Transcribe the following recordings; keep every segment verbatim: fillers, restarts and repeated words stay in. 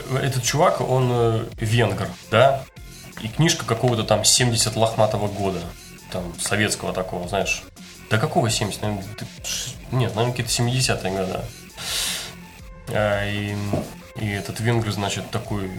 этот чувак, он венгр, да? И книжка какого-то там семьдесят лохматого года. Там, советского такого, знаешь. Да какого семьдесят? Наверное, нет, наверное, какие-то семидесятые года. И, и этот венгр, значит, такой...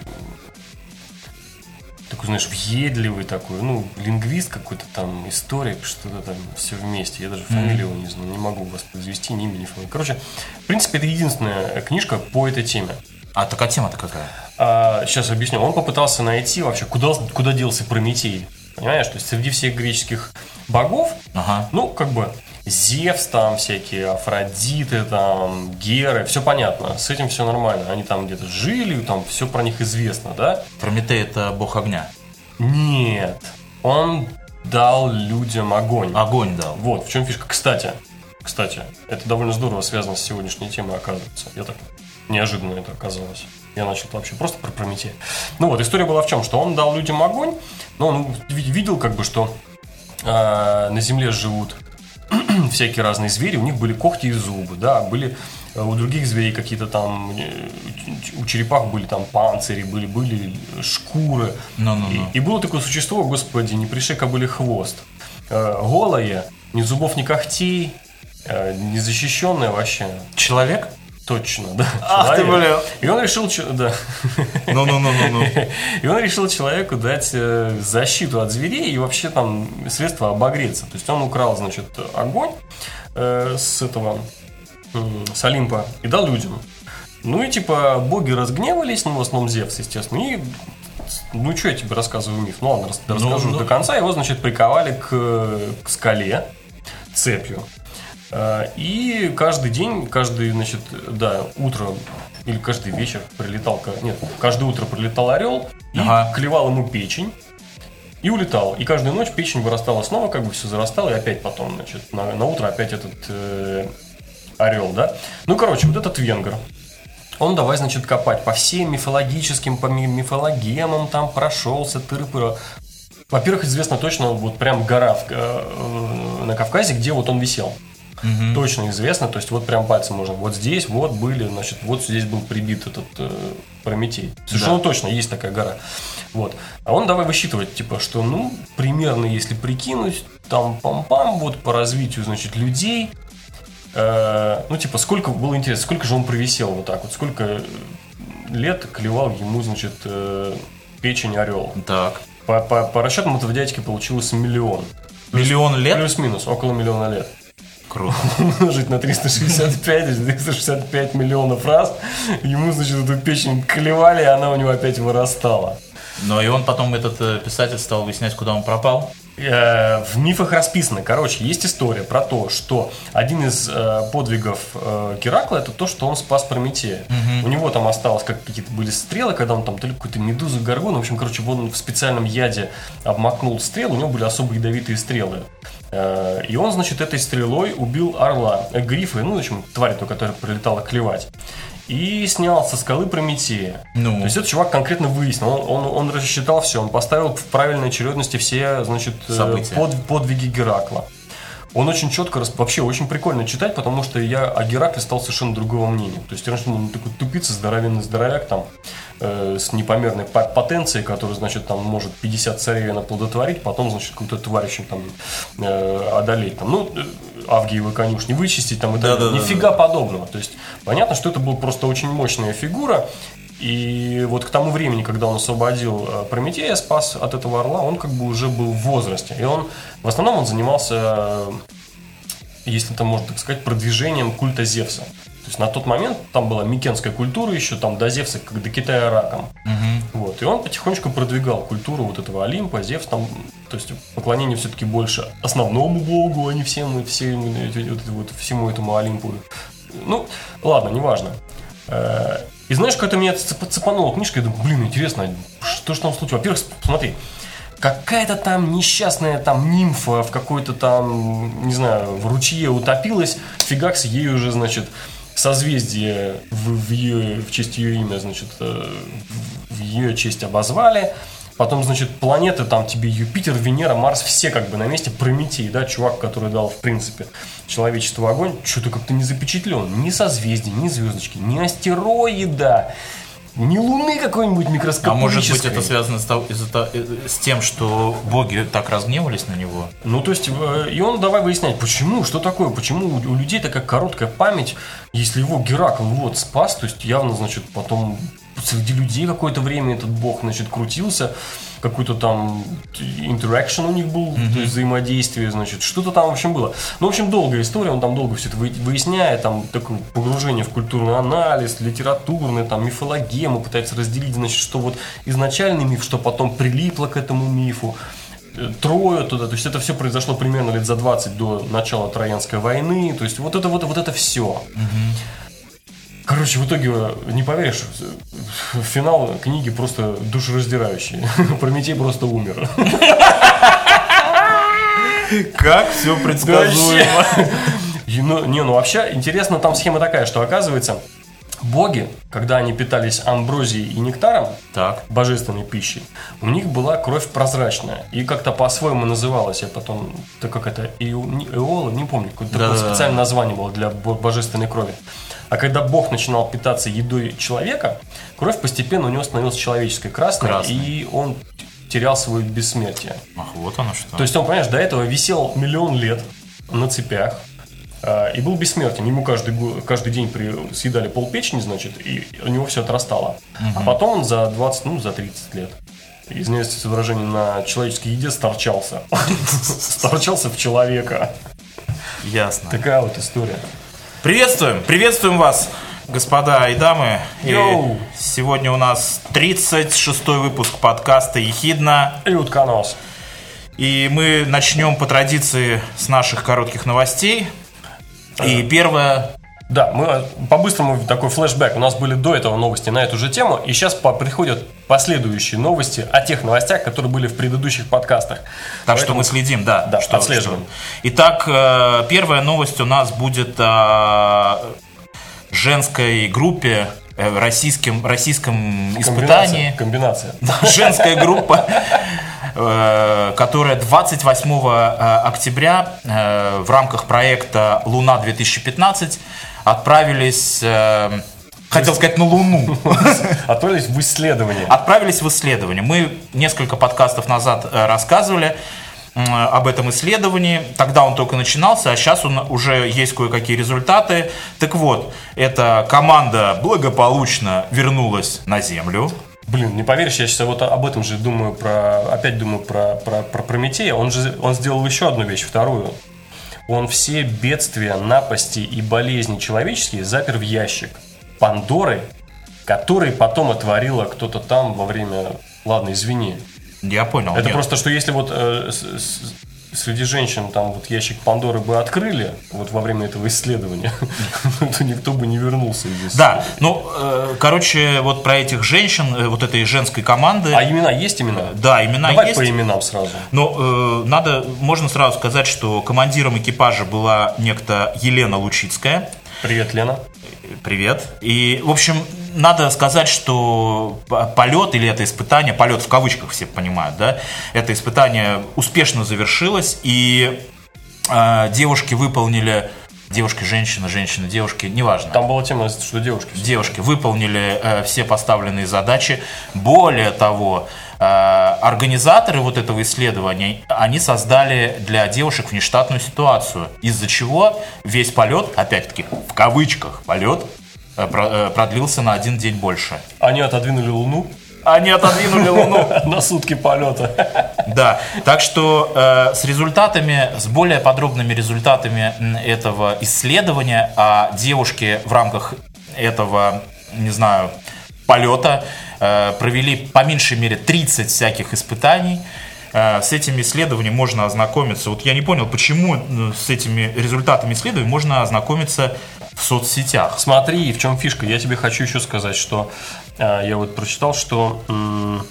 Такой, знаешь, въедливый такой, ну, лингвист какой-то там, историк, что-то там, все вместе. Я даже фамилию его не знаю, не могу воспроизвести, ни имя, ни фамилию. Короче, в принципе, это единственная книжка по этой теме. А такая тема-то какая? А, сейчас объясню. Он попытался найти вообще, куда, куда делся Прометей. Понимаешь? То есть среди всех греческих богов, ага. ну, как бы, Зевс там всякие, Афродиты там, Геры, все понятно, с этим все нормально. Они там где-то жили, там все про них известно, да? Прометей — это бог огня? Нет, он дал людям огонь. Огонь дал. Вот, в чем фишка. Кстати, кстати, это довольно здорово связано с сегодняшней темой, оказывается. Я так неожиданно это оказалось. Я начал вообще просто про Прометея. Ну вот, история была в чем, что он дал людям огонь, но он видел, как бы, что э, на земле живут всякие разные звери, у них были когти и зубы, да, были у других зверей какие-то там, у черепах были там панцири, были, были шкуры. No, no, no. И, и было такое существо, господи, не пришей кобыле хвост, э, голое, ни зубов, ни когтей, э, незащищенное вообще. Человек? Точно, да. Ах ты, блин. И он решил, да. Ну, ну, ну, ну, ну. И он решил человеку дать защиту от зверей и вообще там средства обогреться. То есть он украл, значит, огонь э, с этого, э, с Олимпа и дал людям. Ну и типа боги разгневались, ну в основном Зевс, естественно, и ну что я тебе рассказываю миф? Ну ладно, расскажу ну, ну. до конца. Его, значит, приковали к, к скале цепью. И каждый день, каждый, значит, да, утро или каждый вечер прилетал, нет, каждое утро прилетал орел и ага. клевал ему печень и улетал. И каждую ночь печень вырастала снова, как бы все зарастало, и опять потом, значит, на, на утро опять этот э, орел, да. Ну, короче, вот этот венгр, он давай, значит, копать по всем мифологическим, по мифологемам там прошелся, тыры-пыры. Во-первых, известно точно, вот прям гора в, э, на Кавказе, где вот он висел. Угу. Точно известно, то есть вот прям пальцем можно. Вот здесь вот были, значит, вот здесь был прибит этот э, Прометей. Совершенно да. точно есть такая гора. Вот. А он давай высчитывать, типа, что, ну, примерно, если прикинуть, там пам-пам, вот по развитию, значит, людей, э, ну, типа, сколько было интересно, сколько же он провисел вот так вот, сколько лет клевал ему, значит, э, печень орел. Так. По, по, по расчетам этого дядьки получилось миллион. Миллион лет? Плюс-минус, около миллиона лет. Круто. Умножить на триста шестьдесят пять, триста шестьдесят пять миллионов раз. Ему, значит, эту печень клевали, и она у него опять вырастала. Ну и он потом, этот писатель, стал выяснять, куда он пропал. В мифах расписано. Короче, есть история про то, что один из э, подвигов э, Геракла — это то, что он спас Прометея. Угу. У него там осталось как, какие-то были стрелы, когда он там то ли какую-то медузу, горгону, в общем, короче, он в специальном яде обмакнул стрелы, у него были особо ядовитые стрелы. Э, и он, значит, этой стрелой убил орла, э, грифа, ну, в общем, тварь, которая прилетала клевать. И снял со скалы Прометея. Ну. То есть этот чувак конкретно выяснил. Он, он, он рассчитал все. Он поставил в правильной очередности все, значит, под, подвиги Геракла. Он очень четко, вообще очень прикольно читать, потому что я о Геракле стал совершенно другого мнения. То есть раньше он такой тупица, здоровенный здоровяк там, э, с непомерной потенцией, который, значит, там может пятьдесят царей оплодотворить, потом, значит, какую-то тварь еще там э, одолеть. Там, ну, Авгиевы конюшни вычистить там и так далее. Нифига подобного. То есть понятно, что это была просто очень мощная фигура. И вот к тому времени, когда он освободил Прометея, спас от этого орла, он как бы уже был в возрасте. И он, в основном, он занимался, если это можно так сказать, продвижением культа Зевса. То есть на тот момент там была микенская культура еще, там до Зевса, как до Китая раком. Угу. Вот. И он потихонечку продвигал культуру вот этого Олимпа, Зевс там, то есть поклонение все-таки больше основному богу, а не всем, всем, вот, всему этому Олимпу. Ну, ладно, неважно. И знаешь, как-то меня цепанула книжка, я думаю, блин, интересно, что же там случилось? Во-первых, смотри, какая-то там несчастная там нимфа в какой-то там, не знаю, в ручье утопилась, фигакс, ей уже, значит, созвездие в, в, ее, в честь ее имя, значит, в ее честь обозвали. Потом, значит, планеты, там тебе Юпитер, Венера, Марс, все как бы на месте. Прометей, да, чувак, который дал, в принципе, человечеству огонь, что-то как-то не запечатлен. Ни созвездий, ни звездочки, ни астероида. не Луны какой-нибудь микроскопической. А может быть, это связано с, с тем, что боги так разгневались на него? Ну, то есть, и он давай выяснять, почему, что такое, почему у людей такая короткая память, если его Геракл вот спас, то есть явно, значит, потом среди людей какое-то время этот бог, значит, крутился, какой-то там интеракшн у них был, mm-hmm. то есть взаимодействие, значит, что-то там, в общем, было. Ну, в общем, долгая история, он там долго все это выясняет, там такое погружение в культурный анализ, литературный, там, мифологему, пытается разделить, значит, что вот изначальный миф, что потом прилипло к этому мифу, Трою туда, то есть это все произошло примерно лет за двадцать до начала Троянской войны, то есть вот это вот, вот это все. Mm-hmm. Короче, в итоге, не поверишь, финал книги просто душераздирающий. Прометей просто умер. Как все предсказуемо. Ну, не, ну вообще, интересно, там схема такая, что оказывается, боги, когда они питались амброзией и нектаром, так. божественной пищей, у них была кровь прозрачная. И как-то по-своему называлась, я потом, так как это, эола, не помню, какое-то да, такое специальное название было для божественной крови. А когда Бог начинал питаться едой человека, кровь постепенно у него становилась человеческой, красной, красной. И он терял свое бессмертие. Ах, вот оно что. То есть он, понимаешь, до этого висел миллион лет на цепях э, и был бессмертен. Ему каждый, каждый день при, съедали полпечени, значит, и у него все отрастало. Угу. А потом он за двадцать, ну, за тридцать лет, извиняюсь за выражение, на человеческой еде сторчался. Сторчался в человека. Ясно. Такая вот история. Приветствуем, приветствуем вас, господа и дамы. Йоу. И сегодня у нас тридцать шестой выпуск подкаста «Ехидна». И утконос. И мы начнем по традиции с наших коротких новостей. И первое... Да, мы по-быстрому такой флешбэк. У нас были до этого новости на эту же тему. И сейчас приходят последующие новости о тех новостях, которые были в предыдущих подкастах. Так Поэтому... что мы следим, да. Да, что, отслеживаем. Что... Итак, первая новость у нас будет о женской группе, российском, российском испытании. Комбинация. Женская группа, которая двадцать восьмого октября в рамках проекта «Луна-две тысячи пятнадцать» отправились, э, хотел сказать, на Луну. Отправились в исследование. Отправились в исследование. Мы несколько подкастов назад э, рассказывали э, об этом исследовании. Тогда он только начинался, а сейчас он, уже есть кое-какие результаты. Так вот, эта команда благополучно вернулась на Землю. Блин, не поверишь, я сейчас вот об этом же думаю, про, опять думаю про, про, про Прометея. Он же он сделал еще одну вещь, вторую. Он все бедствия, напасти и болезни человеческие запер в ящик Пандоры, который потом отворила кто-то там во время... Ладно, извини. Я понял. Это нет. просто, что если вот э, с, с, среди женщин там вот ящик Пандоры бы открыли вот во время этого исследования, то никто бы не вернулся из Да, ну, э, короче, вот про этих женщин, э, вот этой женской команды... А имена есть имена? Да, имена Давай есть. Давай по именам сразу. Но э, надо, можно сразу сказать, что командиром экипажа была некто Елена Лучицкая. Привет, Лена. Привет. И, в общем, надо сказать, что полет или это испытание, полет в кавычках все понимают, да, это испытание успешно завершилось, и э, девушки выполнили, девушки, женщины, женщины, девушки, неважно. Там была тема, что девушки. Девушки выполнили э, все поставленные задачи. Более того, э, организаторы вот этого исследования, они создали для девушек внештатную ситуацию, из-за чего весь полет, опять-таки, в кавычках, полет э, э, продлился на один день больше. Они отодвинули Луну? Они отодвинули Луну. На сутки полета. Да, так что э, с результатами, с более подробными результатами этого исследования о девушке в рамках этого, не знаю, полета э, провели по меньшей мере тридцать всяких испытаний. Э, с этими исследованиями можно ознакомиться. Вот я не понял, почему с этими результатами исследований можно ознакомиться в соцсетях. Смотри, в чем фишка. Я тебе хочу еще сказать, что э, я вот прочитал, что м-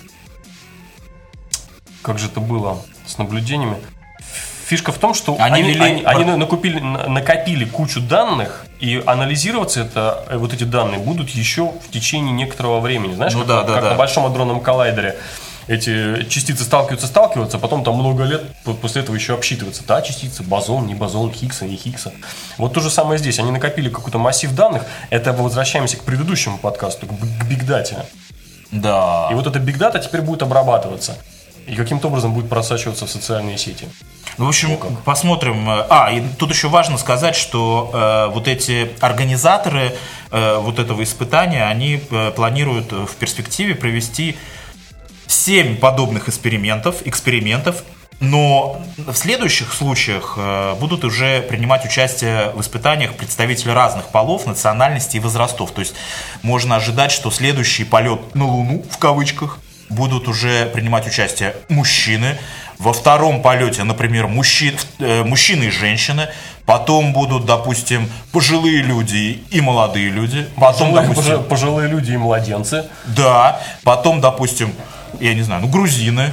как же это было с наблюдениями. Фишка в том, что они, они, они, они накупили, накопили кучу данных, и анализироваться это, вот эти данные будут еще в течение некоторого времени. Знаешь, ну, как, да, как да, на да. Большом адронном коллайдере. эти частицы сталкиваются, сталкиваются, а потом там много лет после этого еще обсчитываются. Та частица, бозон, не бозон, Хиггса, не Хиггса. Вот то же самое здесь. Они накопили какой-то массив данных. Это мы возвращаемся к предыдущему подкасту, к бигдате. Да. И вот эта бигдата теперь будет обрабатываться. И каким-то образом будет просачиваться в социальные сети. Ну, в общем, посмотрим. А, и тут еще важно сказать, что э, вот эти организаторы э, вот этого испытания, они э, планируют в перспективе провести семь подобных экспериментов, экспериментов, но в следующих случаях э, будут уже принимать участие в испытаниях представители разных полов, национальностей и возрастов. То есть можно ожидать, что следующий полет на Луну, в кавычках, будут уже принимать участие мужчины. Во втором полете, например, мужчин, э, мужчины и женщины. Потом будут, допустим, пожилые люди и молодые люди. Потом, пожилые, допустим, пожилые люди и младенцы. Да. Потом, допустим, я не знаю, ну, грузины.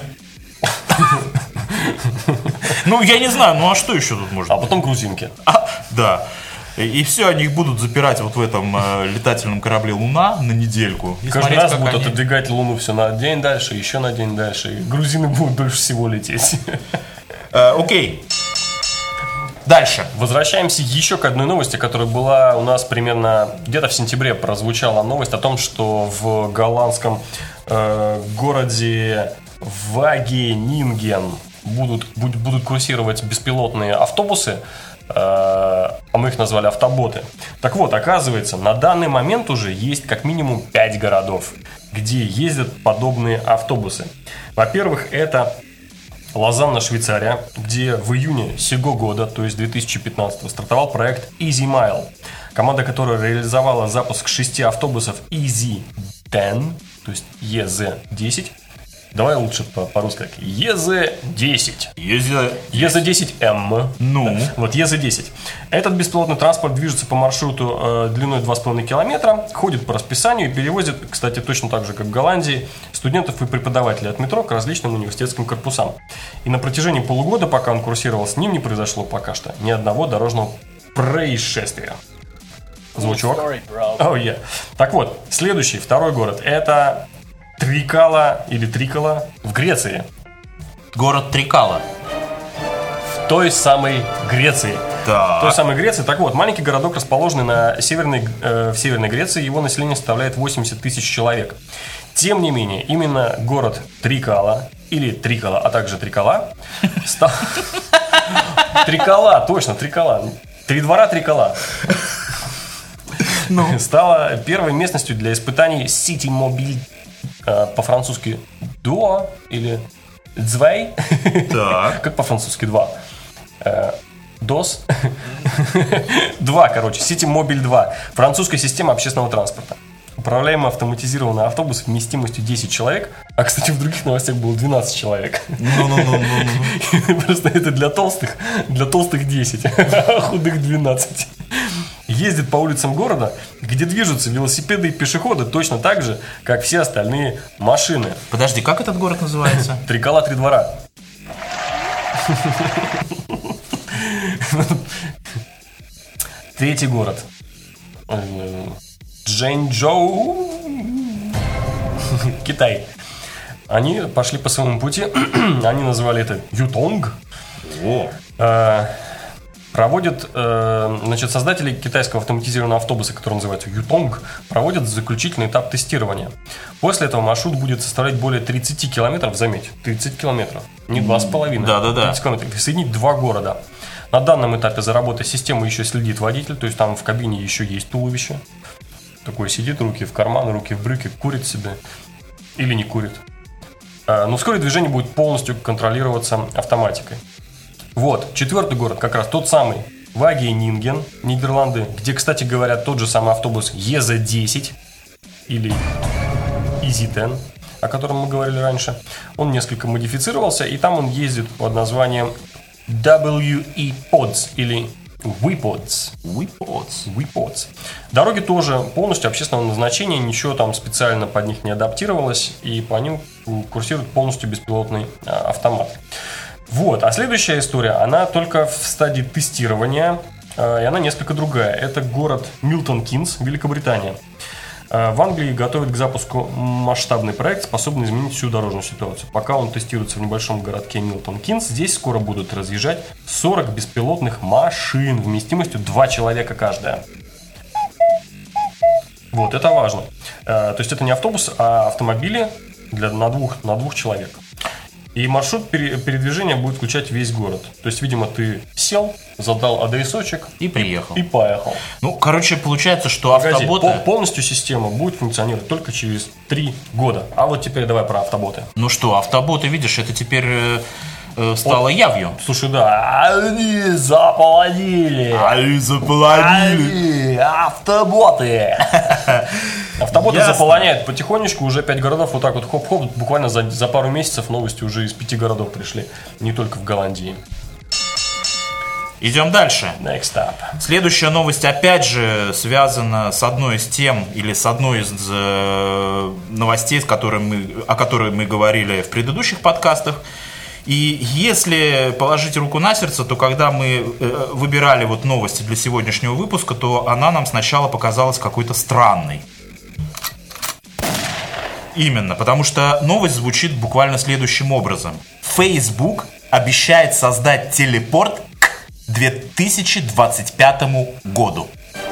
Ну, я не знаю, ну а что еще тут можно? А потом грузинки. Да. И все, они их будут запирать вот в этом э, летательном корабле «Луна» на недельку. И каждый смотреть, раз как будут они... отодвигать Луну все на день дальше, еще на день дальше. И грузины будут дольше всего лететь. Э, окей. Дальше. Возвращаемся еще к одной новости, которая была у нас примерно где-то в сентябре. Прозвучала новость о том, что в голландском э, городе Вагенинген будут, будут, будут курсировать беспилотные автобусы. А мы их назвали автоботы. Так вот, оказывается, на данный момент уже есть как минимум пять городов, где ездят подобные автобусы. Во-первых, это Лозанна, Швейцария, где в июне сего года, то есть две тысячи пятнадцатого, стартовал проект Easy Mile, команда которая реализовала запуск шести автобусов Easy десять, то есть и зет десять. Давай лучше по-русски. по и зет десять. и зет десять эм. Ну. Вот и зет десять. Этот беспилотный транспорт движется по маршруту э, длиной два с половиной километра, ходит по расписанию и перевозит, кстати, точно так же, как в Голландии, студентов и преподавателей от метро к различным университетским корпусам. И на протяжении полугода, пока он курсировал, с ним не произошло пока что ни одного дорожного происшествия. Звучок. Oh, yeah. Так вот, следующий, второй город, это Трикала или Трикала в Греции. Город Трикала. В той самой Греции. Да. В той самой Греции. Так вот, маленький городок, расположенный на северной, э, в Северной Греции, его население составляет восемьдесят тысяч человек. Тем не менее, именно город Трикала, или Трикала, а также Трикала, стал... Трикала, точно, Трикала. Три двора Трикала. Стала первой местностью для испытаний City Mobile. По-французски «дуа» или «дзвей». Как по-французски «два». «Дос». Два, короче. City Mobile два. Французская система общественного транспорта. Управляемый автоматизированный автобус вместимостью десять человек. А, кстати, в других новостях было двенадцать человек. Ну-ну-ну. Просто это для толстых. Для толстых десять, а худых двенадцать. Ездит по улицам города, где движутся велосипеды и пешеходы точно так же, как все остальные машины. Подожди, как этот город называется? Трикала, три двора. Третий город. Чжэньчжоу. Китай. Они пошли по своему пути. Они назвали это Ютонг. О. Проводят, э, значит, создатели китайского автоматизированного автобуса, который называется Ютонг, проводят заключительный этап тестирования. После этого маршрут будет составлять более тридцать километров, заметь, тридцать километров, не два с половиной, да, да, да. тридцать километров, и соединить два города. На данном этапе за работой системы еще следит водитель, то есть там в кабине еще есть туловище. Такой сидит, руки в карман, руки в брюки, курит себе или не курит. Но вскоре движение будет полностью контролироваться автоматикой. Вот, четвертый город, как раз тот самый Вагенинген, Нидерланды, где, кстати говоря, тот же самый автобус и зет десять или и зет десять, о котором мы говорили раньше. Он несколько модифицировался, и там он ездит под названием дабл ю и подс или WePods. WePods. WePods. Дороги тоже полностью общественного назначения, ничего там специально под них не адаптировалось, и по ним курсирует полностью беспилотный а, автомат. Вот, а следующая история, она только в стадии тестирования, и она несколько другая. Это город Милтон Кинс, Великобритания. В Англии готовят к запуску масштабный проект, способный изменить всю дорожную ситуацию. Пока он тестируется в небольшом городке Милтон-Кинс, здесь скоро будут разъезжать сорок беспилотных машин вместимостью два человека каждая. Вот, это важно. То есть это не автобус, а автомобили для, на, двух, на двух человек. И маршрут передвижения будет включать весь город. То есть, видимо, ты сел, задал адресочек и приехал. И, и поехал. Ну, короче, получается, что Погоди, автоботы... полностью система будет функционировать только через три года. А вот теперь давай про автоботы. Ну что, автоботы, видишь, это теперь э, э, стало вот, явью. Слушай, да, они заполонили. Они заполонили. Они автоботы. Автоботы Ясно. заполоняют потихонечку, уже пять городов вот так вот хоп-хоп, буквально за, за пару месяцев новости уже из пяти городов пришли, не только в Голландии. Идем дальше. Next up. Следующая новость опять же связана с одной из тем или с одной из э, новостей, с которой мы, о которой мы говорили в предыдущих подкастах. И если положить руку на сердце, то когда мы э, выбирали вот новости для сегодняшнего выпуска, то она нам сначала показалась какой-то странной. Именно, потому что новость звучит буквально следующим образом. Facebook обещает создать телепорт к две тысячи двадцать пятому году.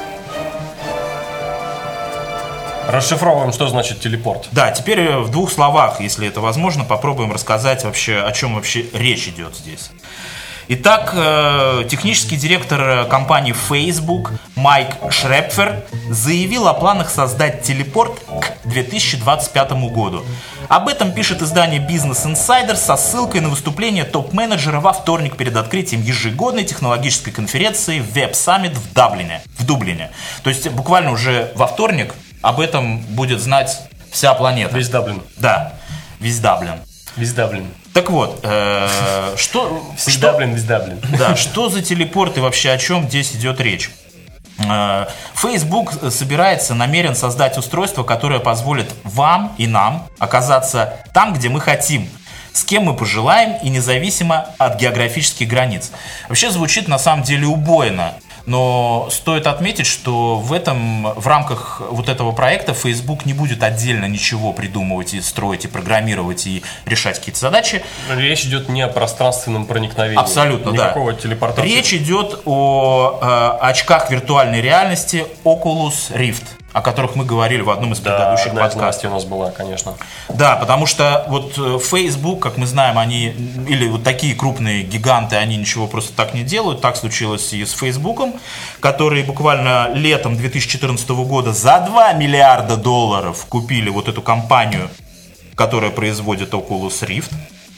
Расшифровываем, что значит телепорт. Да, теперь в двух словах, если это возможно, попробуем рассказать вообще, о чем вообще речь идет здесь. Итак, технический директор компании Facebook Майк Шрепфер заявил о планах создать телепорт к две тысячи двадцать пятому году. Об этом пишет издание Business Insider со ссылкой на выступление топ-менеджера во вторник перед открытием ежегодной технологической конференции Web Summit в Дублине. В Дублине. То есть буквально уже во вторник об этом будет знать вся планета. Весь Даблин. Да, весь Даблин. Весь Даблин. Так вот, э, что... Весь Даблин, весь Даблин. Да, что за телепорт и вообще о чем здесь идет речь? Э, Facebook собирается, намерен создать устройство, которое позволит вам и нам оказаться там, где мы хотим, с кем мы пожелаем и независимо от географических границ. Вообще звучит на самом деле убойно. Но стоит отметить, что в этом, в рамках вот этого проекта Facebook не будет отдельно ничего придумывать и строить, и программировать, и решать какие-то задачи. Речь идет не о пространственном проникновении. Абсолютно, Никакого да. телепортации. Речь идет о э, очках виртуальной реальности Oculus Rift, о которых мы говорили в одном из да, предыдущих одна подкастов. у нас была, конечно. Да, потому что вот Facebook, как мы знаем, они, или вот такие крупные гиганты, они ничего просто так не делают. Так случилось и с Фейсбуком, которые буквально летом две тысячи четырнадцатого года за два миллиарда долларов купили вот эту компанию, которая производит Oculus Rift.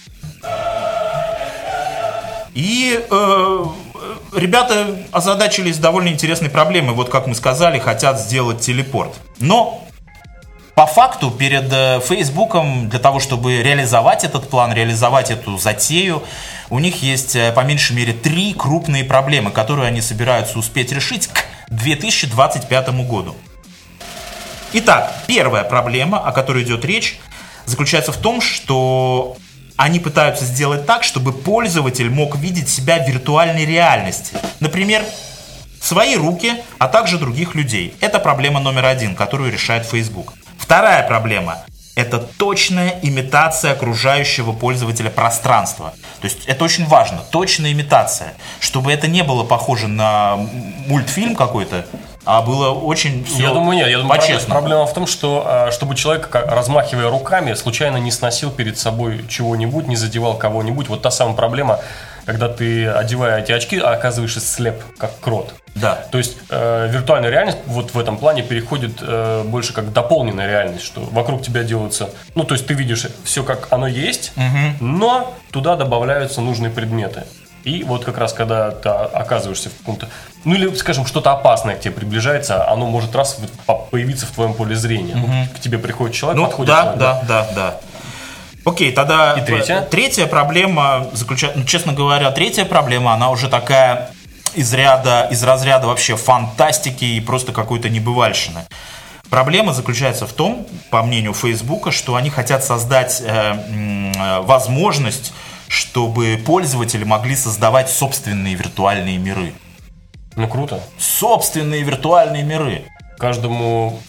И... Э, Ребята озадачились довольно интересной проблемой. Вот как мы сказали, хотят сделать телепорт. Но по факту перед Фейсбуком для того, чтобы реализовать этот план, реализовать эту затею, у них есть по меньшей мере три крупные проблемы, которые они собираются успеть решить к две тысячи двадцать пятому году. Итак, первая проблема, о которой идет речь, заключается в том, что... Они пытаются сделать так, чтобы пользователь мог видеть себя в виртуальной реальности. Например, свои руки, а также других людей. Это проблема номер один, которую решает Facebook. Вторая проблема – это точная имитация окружающего пользователя пространства. То есть это очень важно, точная имитация. Чтобы это не было похоже на мультфильм какой-то, а было очень все Я думаю, нет. Я думаю, по-честному. Проблема в том, что чтобы человек, размахивая руками, случайно не сносил перед собой чего-нибудь, не задевал кого-нибудь. Вот та самая проблема, когда ты, одевая эти очки, оказываешься слеп, как крот. Да. То есть э, виртуальная реальность вот в этом плане переходит э, больше как дополненная реальность, что вокруг тебя делаются... Ну, то есть ты видишь все, как оно есть, угу. но туда добавляются нужные предметы. И вот как раз когда ты оказываешься в каком-то... Ну или, скажем, что-то опасное к тебе приближается, оно может раз появиться в твоем поле зрения. Угу. Вот к тебе приходит человек, ну, подходит да, человек. Да, да, да, да. Окей, тогда... И третья? Третья проблема заключается... Ну, честно говоря, третья проблема, она уже такая из ряда, из разряда вообще фантастики и просто какой-то небывальщины. Проблема заключается в том, по мнению Фейсбука, что они хотят создать э, э, возможность, чтобы пользователи могли создавать собственные виртуальные миры. Ну, круто. Собственные виртуальные миры. Каждому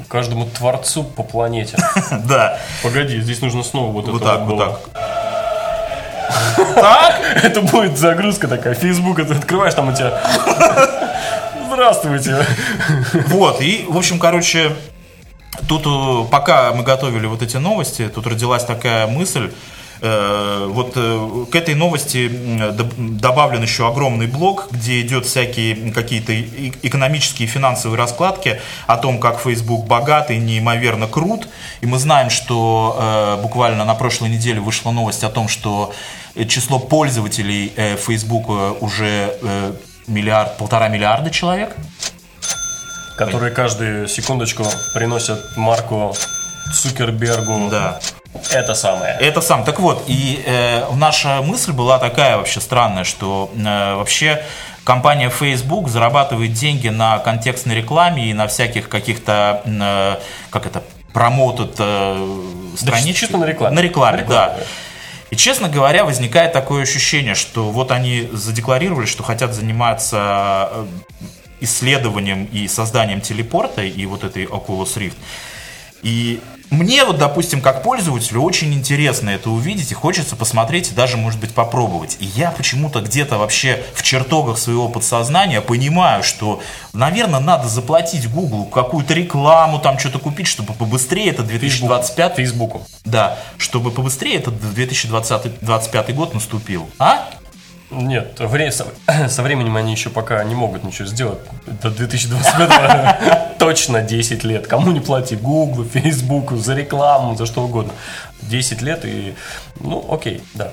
Каждому творцу по планете. Да. Погоди, здесь нужно снова вот это Вот так, вот вот было. так. Так? Это будет загрузка такая, Facebook, ты открываешь, там у тебя... Здравствуйте. Вот, и, в общем, короче, тут, э, пока мы готовили вот эти новости, тут родилась такая мысль. Э, вот э, к этой новости э, добавлен еще огромный блок, где идет всякие какие-то и- экономические и финансовые раскладки о том, как Facebook богат и неимоверно крут. И мы знаем, что э, буквально на прошлой неделе вышла новость о том, что число пользователей э, Facebook уже э, миллиард, полтора миллиарда человек. Которые каждую секундочку приносят Марку Цукербергу. Да. Это самое. Это сам. Так вот, и э, наша мысль была такая вообще странная, что э, вообще компания Facebook зарабатывает деньги на контекстной рекламе и на всяких каких-то, э, как это, промоутед э, страничек. Чисто на рекламе. На рекламе, на рекламе, да. И, честно говоря, возникает такое ощущение, что вот они задекларировали, что хотят заниматься исследованием и созданием телепорта и вот этой Oculus Rift. И мне вот, допустим, как пользователю очень интересно это увидеть, и хочется посмотреть и даже, может быть, попробовать. И я почему-то где-то вообще в чертогах своего подсознания понимаю, что, наверное, надо заплатить Google какую-то рекламу, там что-то купить, чтобы побыстрее это две тысячи двадцать пятый... Фейсбуку. Да, чтобы побыстрее этот две тысячи двадцать пятый год наступил. А? Нет, вре- со, со временем они еще пока не могут ничего сделать. До две тысячи двадцать пятого точно десять лет. Кому не плати? Гуглу, Фейсбуку, за рекламу, за что угодно. десять лет и... Ну, окей, да.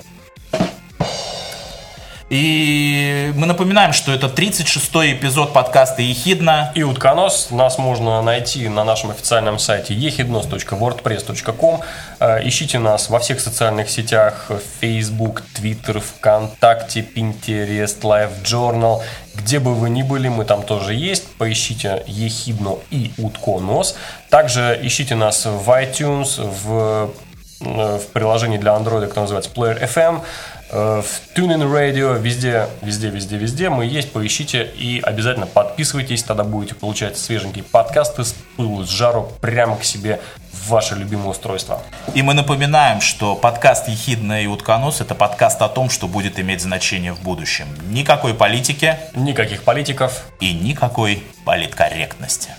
И мы напоминаем, что это тридцать шестой эпизод подкаста «Ехидна». И утконос. Нас можно найти на нашем официальном сайте ехиднос точка вордпресс точка ком. Ищите нас во всех социальных сетях: Facebook, Twitter, ВКонтакте, Pinterest, LiveJournal. Где бы вы ни были, мы там тоже есть. Поищите Ехидну и Утконос. Также ищите нас в iTunes, в, в приложении для Android, которое называется Player эф эм. В TuneIn Radio, везде, везде, везде, везде мы есть, поищите и обязательно подписывайтесь, тогда будете получать свеженькие подкасты с пылу, с жару прямо к себе в ваше любимое устройство. И мы напоминаем, что подкаст «Ехидна и Утконос» — это подкаст о том, что будет иметь значение в будущем. Никакой политики. Никаких политиков. И никакой политкорректности.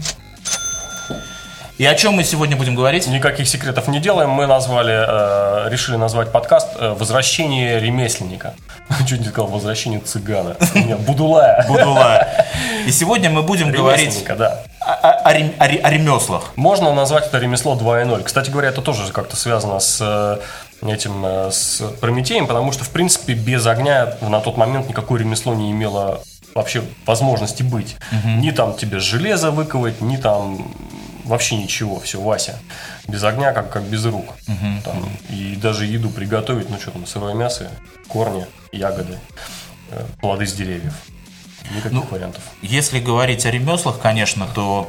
И о чем мы сегодня будем говорить? Никаких секретов не делаем. Мы назвали, э, решили назвать подкаст «Возвращение ремесленника». Чуть не сказал «Возвращение цыгана». Нет, Будулая. Будулая. И сегодня мы будем говорить да. о, о, о, о ремеслах. Можно назвать это ремесло два ноль. Кстати говоря, это тоже как-то связано с этим, с Прометеем, потому что, в принципе, без огня на тот момент никакое ремесло не имело вообще возможности быть. Угу. Ни там тебе железо выковать, ни там... Вообще ничего, все, Вася. Без огня, как, как без рук. Uh-huh. Там, и даже еду приготовить, ну что там, сырое мясо, корни, ягоды, э, плоды с деревьев. Никаких ну, вариантов. Если говорить о ремеслах, конечно, то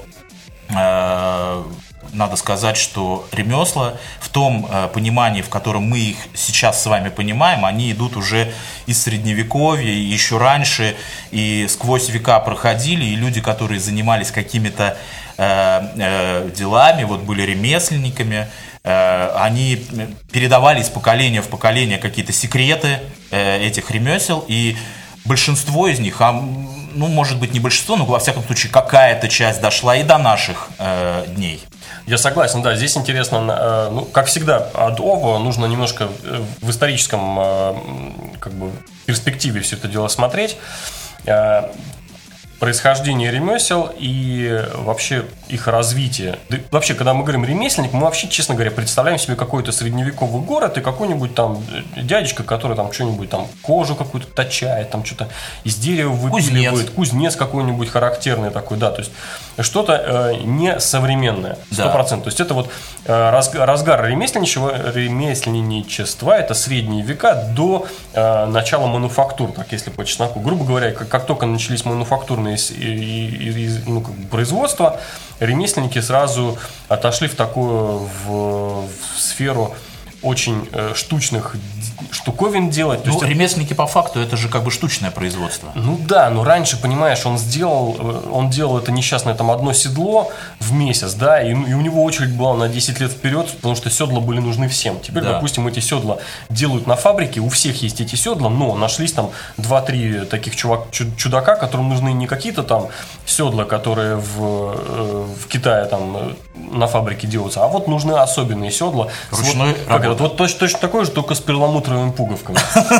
э, надо сказать, что ремесла в том э, понимании, в котором мы их сейчас с вами понимаем, они идут уже из Средневековья, и еще раньше, и сквозь века проходили, и люди, которые занимались какими-то делами, вот были ремесленниками, они передавали из поколения в поколение какие-то секреты этих ремесел, и большинство из них, ну, может быть, не большинство, но, во всяком случае, какая-то часть дошла и до наших дней. Я согласен, да, здесь интересно, ну, как всегда, от ова нужно немножко в историческом, как бы, перспективе все это дело смотреть. Происхождение ремесел и вообще их развитие. Да, вообще, когда мы говорим ремесленник, мы вообще, честно говоря, представляем себе какой-то средневековый город и какой-нибудь там дядечка, который там что-нибудь там кожу какую-то точает, там что-то из дерева выпиливает, кузнец, кузнец какой-нибудь характерный такой, да, то есть что-то э, несовременное, сто процентов. Да. То есть это вот э, разгар ремесленничества, ремесленничества, это средние века до э, начала мануфактур, так если по чесноку. Грубо говоря, как, как только начались мануфактурные Из, из, из, ну, как бы производства, ремесленники сразу отошли в такую в, в сферу очень э, штучных штуковин делать. Ну, то есть, ремесленники по факту это же как бы штучное производство. Ну да, но раньше, понимаешь, он сделал, он делал это несчастное там одно седло в месяц, да, и, и у него очередь была на десять лет вперед, потому что седла были нужны всем. Теперь, да. допустим, эти седла делают на фабрике, у всех есть эти седла, но нашлись там два-три таких чувак, чудака, которым нужны не какие-то там седла, которые в, в Китае там на фабрике делаются, а вот нужны особенные седла. Ручной вот, как это, вот точно, точно такое же, только с перламутровыми пуговками.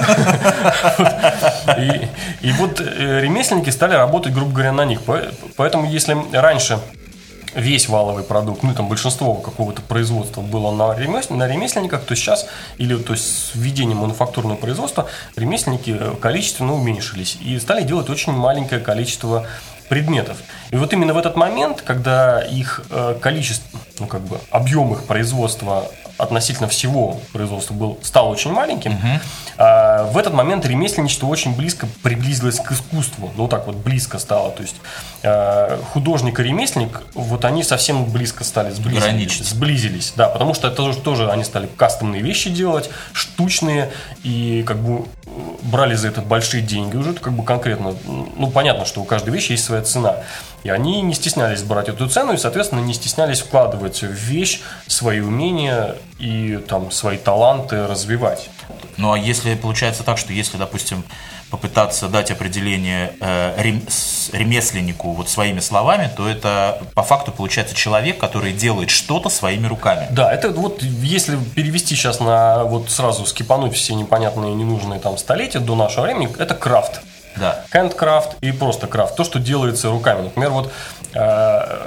И вот ремесленники стали работать, грубо говоря, на них. Поэтому если раньше весь валовый продукт, ну там большинство какого-то производства было на, ремес... на ремесленниках, то сейчас, или то есть с введением мануфактурного производства, ремесленники количественно уменьшились и стали делать очень маленькое количество предметов. И вот именно в этот момент, когда их количество, ну как бы объем их производства относительно всего производства был, стал очень маленьким, uh-huh. а, в этот момент ремесленничество очень близко приблизилось к искусству. Ну, так вот близко стало. То есть а, художник и ремесленник, вот они совсем близко стали сблизились. Сблизились, да, потому что это тоже, тоже они стали кастомные вещи делать, штучные, и как бы брали за это большие деньги уже, как бы конкретно. Ну, понятно, что у каждой вещи есть своя цена. И они не стеснялись брать эту цену и, соответственно, не стеснялись вкладывать в вещь свои умения и там свои таланты развивать. Ну, а если получается так, что если, допустим, попытаться дать определение э, рем, ремесленнику вот своими словами, то это по факту получается человек, который делает что-то своими руками. Да, это вот если перевести сейчас на вот сразу скипануть все непонятные ненужные там столетия до нашего времени, это крафт. Да. Handcraft и просто крафт. То, что делается руками. Например, вот э,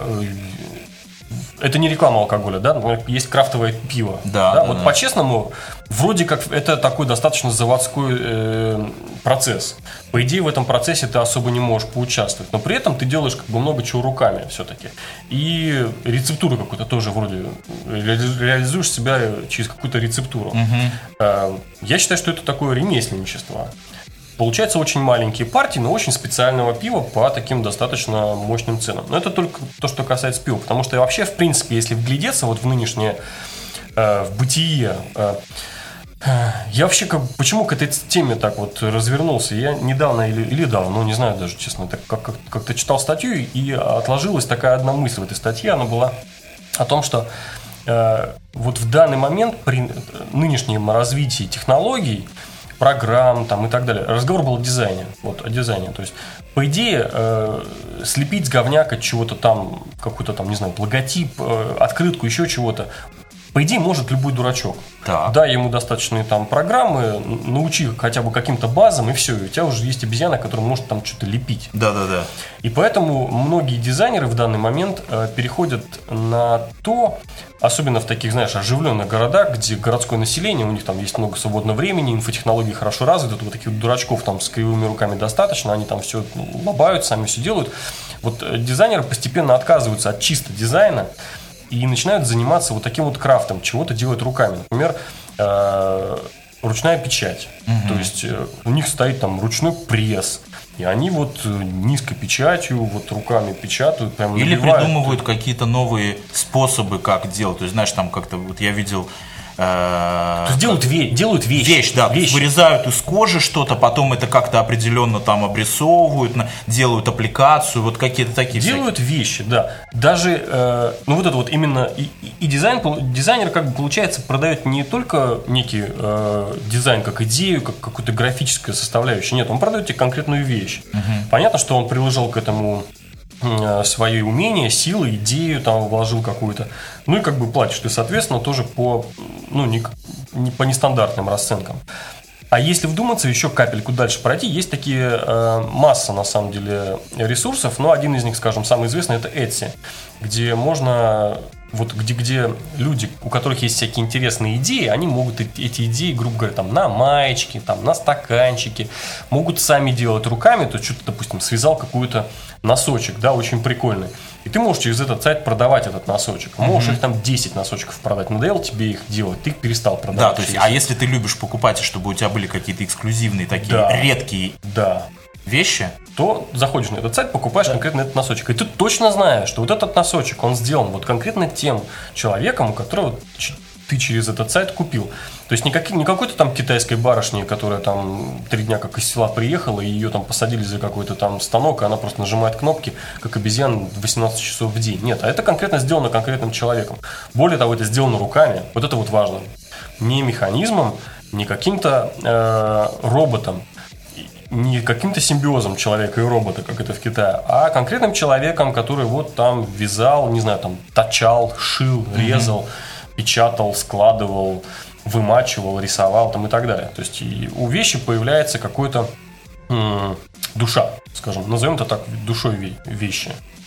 это не реклама алкоголя, да? Например, есть крафтовое пиво. Да, да? Да, вот да. По-честному, вроде как это такой достаточно заводской э, процесс. По идее, в этом процессе ты особо не можешь поучаствовать. Но при этом ты делаешь как бы много чего руками все-таки. И рецептуру какую-то тоже вроде реализуешь себя через какую-то рецептуру. Угу. Э, я считаю, что это такое ремесленничество. Получаются очень маленькие партии, но очень специального пива по таким достаточно мощным ценам. Но это только то, что касается пива. Потому что вообще, в принципе, если вглядеться вот в нынешнее, э, в бытие, э, э, я вообще как, почему к этой теме так вот развернулся? Я недавно или, или давно, не знаю даже, честно, так, как, как, как-то читал статью, и отложилась такая одна мысль в этой статье. Она была о том, что э, вот в данный момент при нынешнем развитии технологий, программ там, и так далее. Разговор был о дизайне. Вот, о дизайне. То есть, по идее, э, слепить с говняка чего-то там, какой-то там, не знаю, логотип, э, открытку, еще чего-то, по идее, может любой дурачок. Так. Дай ему достаточные там программы, научи хотя бы каким-то базам, и все. И у тебя уже есть обезьяна, которая может там что-то лепить. Да-да-да. И поэтому многие дизайнеры в данный момент э, переходят на то, особенно в таких, знаешь, оживленных городах, где городское население, у них там есть много свободного времени, инфотехнологии хорошо развиты, вот таких вот дурачков там с кривыми руками достаточно, они там все лобают, сами все делают. Вот э, дизайнеры постепенно отказываются от чисто дизайна и начинают заниматься вот таким вот крафтом, чего-то делать руками. Например, э, ручная печать. Угу. То есть э, у них стоит там ручной пресс. И они вот низкой печатью, вот руками печатают, прям или набивают. Придумывают какие-то новые способы, как делать. То есть, знаешь, там как-то вот я видел. То есть делают, ве- делают вещь. Вещь, да. Вещь. Вырезают из кожи что-то, потом это как-то определенно там обрисовывают, делают аппликацию, вот какие-то такие. Делают всякие вещи, да. Даже, э, ну вот это вот именно и, и дизайн, дизайнер как бы получается продает не только некий э, дизайн как идею, как какую-то графическую составляющую. Нет, он продает тебе конкретную вещь. Угу. Понятно, что он приложил к этому свои умения, силы, идею там вложил какую-то. Ну и как бы платишь ты, соответственно, тоже по, ну, не, не по нестандартным расценкам. А если вдуматься, еще капельку дальше пройти, есть такие э, масса, на самом деле, ресурсов. Но один из них, скажем, самый известный, это Etsy, где можно, вот где, где люди, у которых есть всякие интересные идеи, они могут эти идеи, грубо говоря, там, на маечки, там, на стаканчики, могут сами делать руками. То есть что-то, допустим, связал какую-то носочек, да, очень прикольный. И ты можешь через этот сайт продавать этот носочек. Можешь mm-hmm. их там десять носочков продать. Надоело тебе их делать, ты их перестал продавать. Да, то есть, а если ты любишь покупать, чтобы у тебя были какие-то эксклюзивные, такие да. редкие да. вещи, то заходишь на этот сайт, покупаешь да. конкретно этот носочек. И ты точно знаешь, что вот этот носочек, он сделан вот конкретно тем человеком, у которого ты ты через этот сайт купил. То есть не, как, не какой-то там китайской барышни, которая там три дня как из села приехала, и ее там посадили за какой-то там станок, и она просто нажимает кнопки, как обезьян, восемнадцать часов в день. Нет, а это конкретно сделано конкретным человеком. Более того, это сделано руками. Вот это вот важно. Не механизмом, не каким-то э, роботом, не каким-то симбиозом человека и робота, как это в Китае, а конкретным человеком, который вот там вязал, не знаю, там точал, шил, резал, mm-hmm. печатал, складывал, вымачивал, рисовал там и так далее. То есть и у вещи появляется какой-то м- душа, скажем, назовем это так, душой ве- вещи.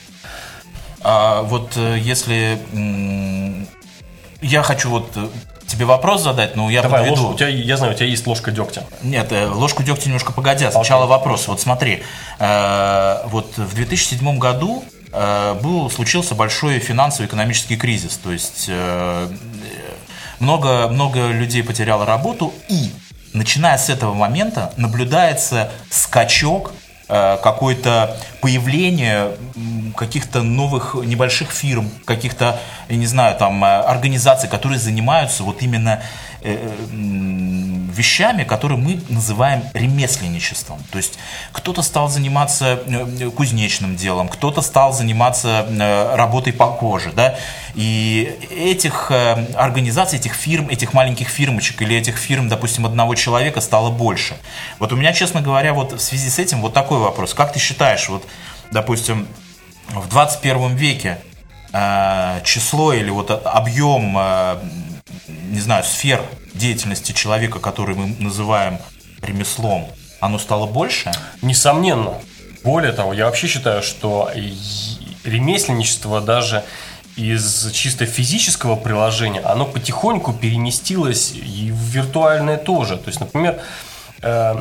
А вот если м- я хочу вот тебе вопрос задать, но я Давай, подведу. Ложку, у тебя, я знаю, у тебя есть ложка дегтя. Нет, ложку дегтя немножко погодя. Сначала okay. вопрос. Вот смотри, э, вот в две тысячи седьмом году э, был, случился большой финансово-экономический кризис. То есть э, много, много людей потеряло работу, и начиная с этого момента наблюдается скачок, э, какое-то появление каких-то новых небольших фирм, каких-то, я не знаю, там, организаций, которые занимаются вот именно э, вещами, которые мы называем ремесленничеством. То есть кто-то стал заниматься кузнечным делом, кто-то стал заниматься работой по коже, да, и этих организаций, этих фирм, этих маленьких фирмочек или этих фирм, допустим, одного человека стало больше. Вот у меня, честно говоря, вот в связи с этим вот такой вопрос. Как ты считаешь, вот, допустим, в двадцать первом веке э, число или вот объем, э, не знаю, сфер деятельности человека, который мы называем ремеслом, оно стало больше? Несомненно. Более того, я вообще считаю, что ремесленничество даже из чисто физического приложения, оно потихоньку переместилось и в виртуальное тоже. То есть, например, э,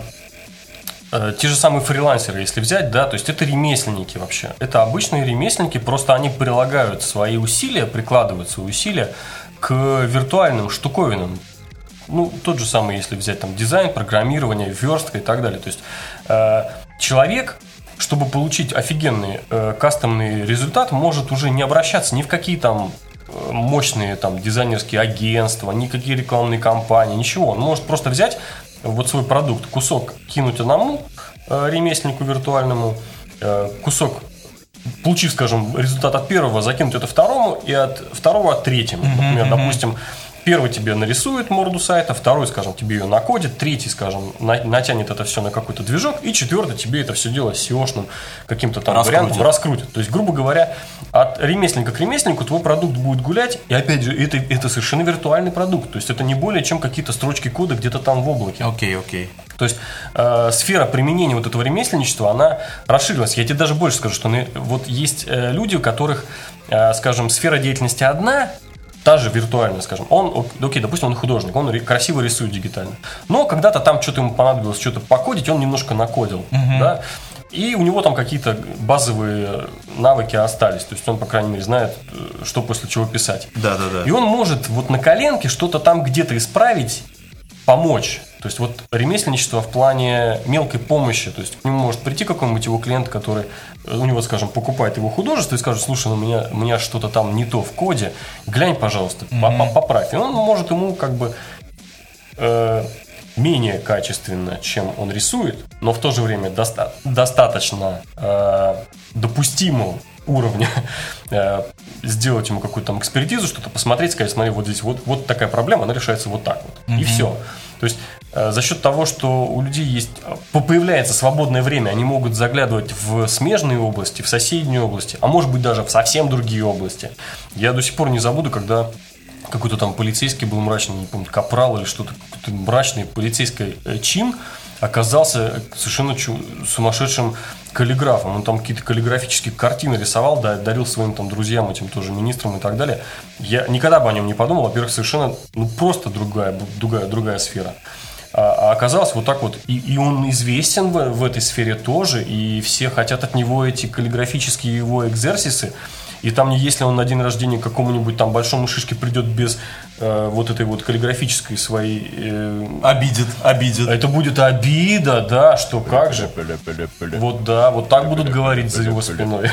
те же самые фрилансеры, если взять, да, то есть это ремесленники вообще. Это обычные ремесленники, просто они прилагают свои усилия, прикладывают свои усилия к виртуальным штуковинам. Ну, тот же самый, если взять там дизайн, программирование, верстка и так далее. То есть э, человек, чтобы получить офигенный э, кастомный результат, может уже не обращаться ни в какие там мощные там дизайнерские агентства, никакие рекламные кампании, ничего. Он может просто взять вот свой продукт, кусок кинуть одному э, ремесленнику виртуальному, э, кусок, получив, скажем, результат от первого, закинуть это второму и от второго от третьему. Mm-hmm. Например, допустим, первый тебе нарисует морду сайта, второй, скажем, тебе ее накодит, третий, скажем, на, натянет это все на какой-то движок, и четвертый тебе это все дело сеошным каким-то там раскрутит. вариантом раскрутит. То есть, грубо говоря, от ремесленника к ремесленнику твой продукт будет гулять, и опять же, это, это совершенно виртуальный продукт. То есть, это не более чем какие-то строчки кода где-то там в облаке. Окей, okay, окей. Okay. То есть, э, сфера применения вот этого ремесленничества, она расширилась. Я тебе даже больше скажу, что ну, вот есть э, люди, у которых, э, скажем, сфера деятельности одна, та же виртуальная, скажем. Он, окей, допустим, он художник, он красиво рисует дигитально. Но когда-то там что-то ему понадобилось, что-то покодить, он немножко накодил, uh-huh. да, и у него там какие-то базовые навыки остались. То есть он, по крайней мере, знает, что после чего писать. Да, да, да. И он может вот на коленке что-то там где-то исправить, помочь. То есть вот ремесленничество в плане мелкой помощи. То есть к нему может прийти какой-нибудь его клиент, который у него, скажем, покупает его художество и скажет: слушай, ну у меня, у меня что-то там не то в коде, глянь, пожалуйста, mm-hmm. поправь. И он может ему как бы э, менее качественно, чем он рисует, но в то же время доста- достаточно э, допустимого уровня э, сделать ему какую-то там экспертизу, что-то посмотреть, сказать: смотри, вот здесь вот, вот такая проблема, она решается вот так вот. Mm-hmm. И все. То есть э, за счет того, что у людей есть, появляется свободное время, они могут заглядывать в смежные области, в соседние области, а может быть даже в совсем другие области. Я до сих пор не забуду, когда какой-то там полицейский был мрачный, не помню, капрал или что-то, какой-то мрачный полицейский чин оказался совершенно чу- сумасшедшим каллиграфом. Он там какие-то каллиграфические картины рисовал, да, дарил своим там друзьям, этим тоже министрам и так далее. Я никогда бы о нем не подумал. Во-первых, совершенно, ну, просто другая, другая, другая сфера. А, а оказалось вот так вот. И, и он известен в, в этой сфере тоже, и все хотят от него эти каллиграфические его экзерсисы. и там, если он на день рождения к какому-нибудь там большому шишке придет без э, вот этой вот каллиграфической своей... Э, обидит, обидит. Это будет обида, да, что как же. Вот да, вот так будут говорить за его спиной.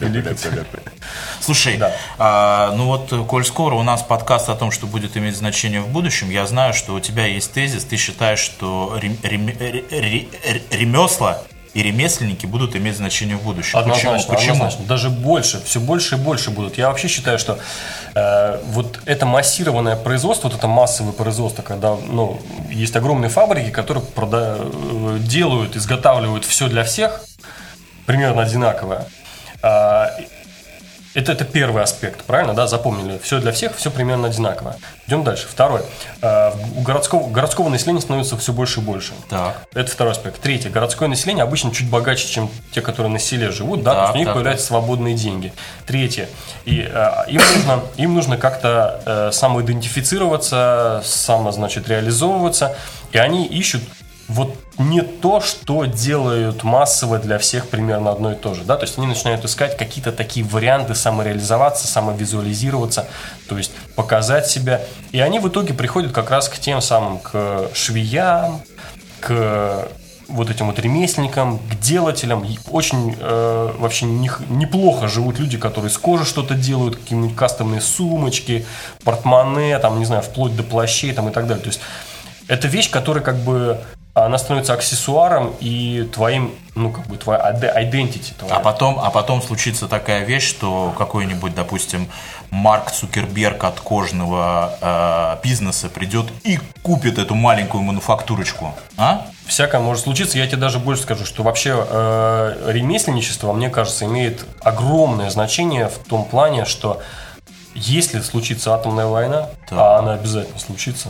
Слушай, да. а, ну вот, коль скоро у нас подкаст о том, что будет иметь значение в будущем, я знаю, что у тебя есть тезис, ты считаешь, что рем, рем, рем, ремесла и ремесленники будут иметь значение в будущем. Однозначно, Почему? однозначно. Даже больше, все больше и больше будут. Я вообще считаю, что э, вот это массированное производство, вот это массовое производство, когда ну, есть огромные фабрики, которые прода- делают, изготавливают все для всех, примерно одинаковое. Э, Это, это первый аспект, правильно, да, запомнили? Все для всех, все примерно одинаково. Идем дальше. Второй. У городского, городского населения становится все больше и больше. Так. Это второй аспект. Третий. Городское население обычно чуть богаче, чем те, которые на селе живут, да, так, то есть у них так, появляются так. свободные деньги. Третье. И э, им нужно, им нужно как-то э, самоидентифицироваться, само, значит, реализовываться, и они ищут вот не то, что делают массово для всех примерно одно и то же, да, то есть они начинают искать какие-то такие варианты самореализоваться, самовизуализироваться, то есть показать себя, и они в итоге приходят как раз к тем самым, к швеям, к вот этим вот ремесленникам, к делателям. Очень э, вообще не, неплохо живут люди, которые из кожи что-то делают, какие-нибудь кастомные сумочки, портмоне, там, не знаю, вплоть до плащей там, и так далее, то есть это вещь, которая как бы она становится аксессуаром и твоим, ну, как бы, твоя identity. А потом, а потом случится такая вещь, что какой-нибудь, допустим, Марк Цукерберг от кожного э, бизнеса придет и купит эту маленькую мануфактурочку. А? Всякое может случиться. Я тебе даже больше скажу, что вообще э, ремесленничество, мне кажется, имеет огромное значение в том плане, что если случится атомная война, да. а она обязательно случится...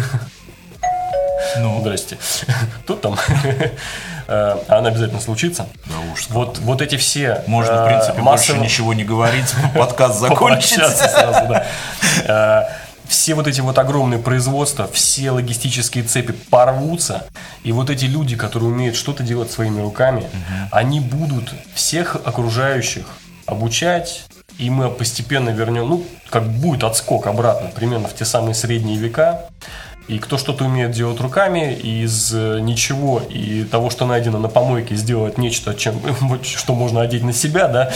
Ну, здрасте. Тут там. Она обязательно случится. Да уж. Вот, вот эти все. Можно, в принципе, массово... больше ничего не говорить. Подкаст закончится. Сразу, да. Все вот эти вот огромные производства, все логистические цепи порвутся. И вот эти люди, которые умеют что-то делать своими руками, угу. они будут всех окружающих обучать. И мы постепенно вернем, ну, как будет отскок обратно, примерно в те самые средние века. И кто что-то умеет делать руками, из ничего и того, что найдено на помойке, сделать нечто, чем, что можно одеть на себя, да,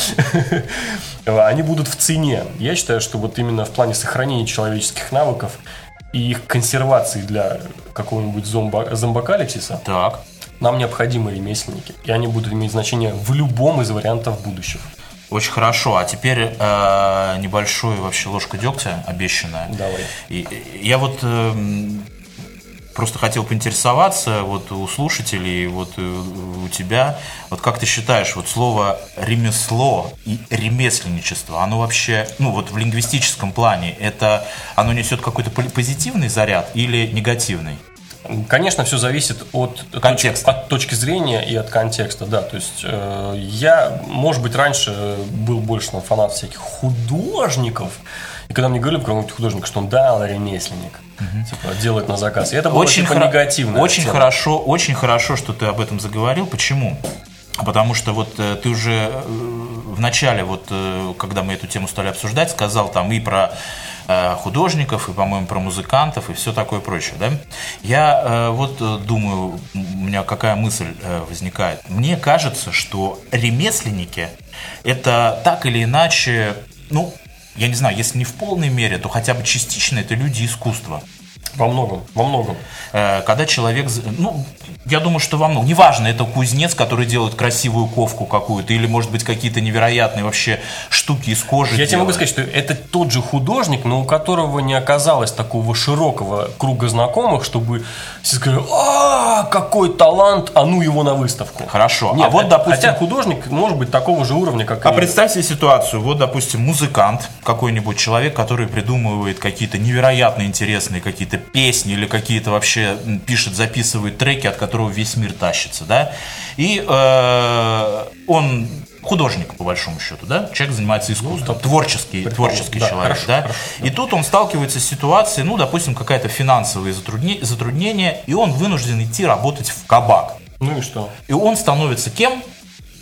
они будут в цене. Я считаю, что вот именно в плане сохранения человеческих навыков и их консервации для какого-нибудь зомбо- зомбокалипсиса так. нам необходимы ремесленники. И они будут иметь значение в любом из вариантов будущего. Очень хорошо. А теперь э, небольшую вообще ложку дегтя обещанная. Давай. И, я вот э, просто хотел поинтересоваться вот у слушателей, вот у тебя, вот как ты считаешь, вот слово ремесло и ремесленничество, оно вообще, ну вот в лингвистическом плане, это оно несет какой-то позитивный заряд или негативный? Конечно, все зависит от контекста, точки, от точки зрения и от контекста, да. То есть э, я, может быть, раньше был больше там, фанат всяких художников, и когда мне говорили про какого-нибудь художника, что он да, он ремесленник, угу. типа делает на заказ, и это было очень типа хоро- негативно. Очень хорошо, очень хорошо, что ты об этом заговорил. Почему? Потому что вот э, ты уже э, в начале, вот, э, когда мы эту тему стали обсуждать, сказал там и про э, художников, и, по-моему, про музыкантов, и все такое прочее, да? Я э, вот э, думаю, у меня какая мысль э, возникает. Мне кажется, что ремесленники – это так или иначе, ну, я не знаю, если не в полной мере, то хотя бы частично это люди искусства. Во многом, во многом. Когда человек, ну, я думаю, что во многом. Неважно, это кузнец, который делает красивую ковку какую-то, или, может быть, какие-то невероятные вообще штуки из кожи. Я делает. тебе могу сказать, что это тот же художник, но у которого не оказалось такого широкого круга знакомых, чтобы все сказали, а какой талант, а ну его на выставку. Хорошо. Нет, а вот, это, допустим, хотя художник может быть такого же уровня, как а и... А представь себе ситуацию, вот, допустим, музыкант, какой-нибудь человек, который придумывает какие-то невероятно интересные какие-то песни или какие-то вообще пишет, записывает треки, от которого весь мир тащится, да, и э, он художник, по большому счету, да, человек занимается искусством, ну, да, творческий, творческий да, человек, хорошо, да, хорошо, и да. Тут он сталкивается с ситуацией, ну, допустим, какая-то финансовые затруднения, затруднения, и он вынужден идти работать в кабак. Ну и что? И он становится кем?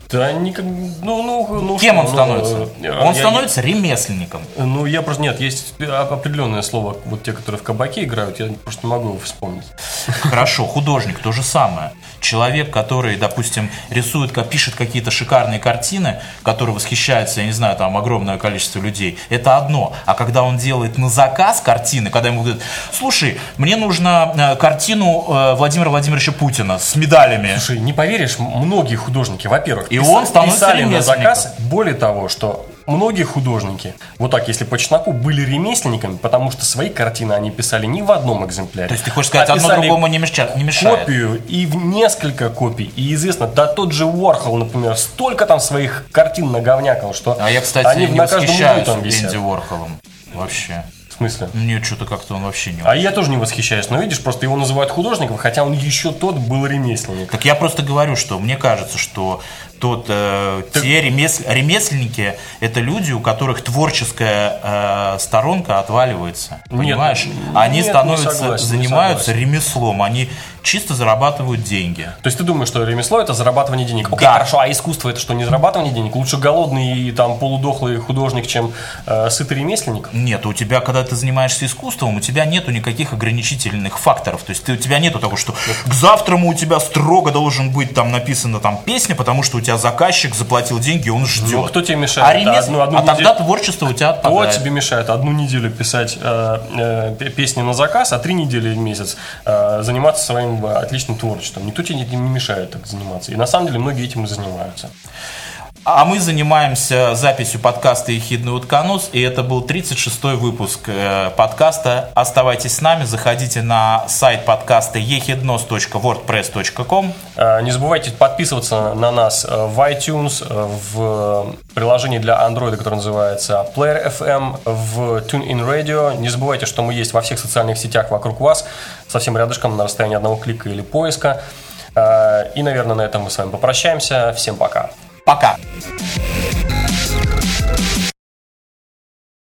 Да, никак, ну, ну, ну, Кем что, он ну, становится? э, Он я- становится ремесленником. Ну, я просто, нет, есть определенное слово, вот те, которые в кабаке играют, я просто не могу его вспомнить. Хорошо, художник то же самое. Человек, который, допустим, рисует, ка- пишет какие-то шикарные картины, которые восхищаются, я не знаю, там огромное количество людей, это одно. А когда он делает на заказ картины, когда ему говорят: слушай, мне нужно э, картину э, Владимира Владимировича Путина с медалями. Слушай, не поверишь, многие художники, во-первых, И он становится писали на ремесленником. заказ. Более того, что многие художники, вот так, если по чесноку, были ремесленниками, потому что свои картины они писали не в одном экземпляре. То есть ты хочешь сказать, а одно писали другому не меша- не мешает? копию и в несколько копий. И известно, да тот же Уорхол, например, столько там своих картин наговнякал, что А я, кстати, они не на каждом углу восхищаюсь там висят. Энди Уорхолом. Вообще. В смысле? Мне что-то как-то он вообще не... А я тоже не восхищаюсь, но видишь, просто его называют художником, хотя он еще тот был ремесленник. Так я просто говорю, что мне кажется, что тот, э, те ремес- ремесленники – это люди, у которых творческая э, сторонка отваливается. Понимаешь? Нет, они нет, не становятся, согласен, не занимаются согласен. ремеслом, они чисто зарабатывают деньги. То есть ты думаешь, что ремесло – это зарабатывание денег? Окей, Да. хорошо, а искусство – это что, не зарабатывание денег? Лучше голодный и там полудохлый художник, чем э, сытый ремесленник? Нет, у тебя, когда ты занимаешься искусством, у тебя нету никаких ограничительных факторов. То есть ты, у тебя нету того, что к завтраму у тебя строго должен быть там написана там песня, потому что у тебя заказчик заплатил деньги, и он ждет. Ну, кто тебе мешает? А, ремес- Одну- одну а неделю- тогда творчество у тебя Кто отпадает. тебе мешает одну неделю писать э, э, п- песни на заказ, а три недели в месяц э, заниматься своим э, отличным творчеством? Никто тебе не, не мешает так заниматься. И на самом деле многие этим и занимаются. А мы занимаемся записью подкаста «Ехидный утконос», и это был тридцать шестой выпуск э, подкаста. Оставайтесь с нами, заходите на сайт подкаста ехиднос точка вордпресс точка ком. Э, Не забывайте подписываться на нас э, в iTunes, э, в приложении для Android, которое называется Player эф эм, в TuneIn Radio. Не забывайте, что мы есть во всех социальных сетях вокруг вас, совсем рядышком, на расстоянии одного клика или поиска. Э, И, наверное, на этом мы с вами попрощаемся. Всем пока. Пока!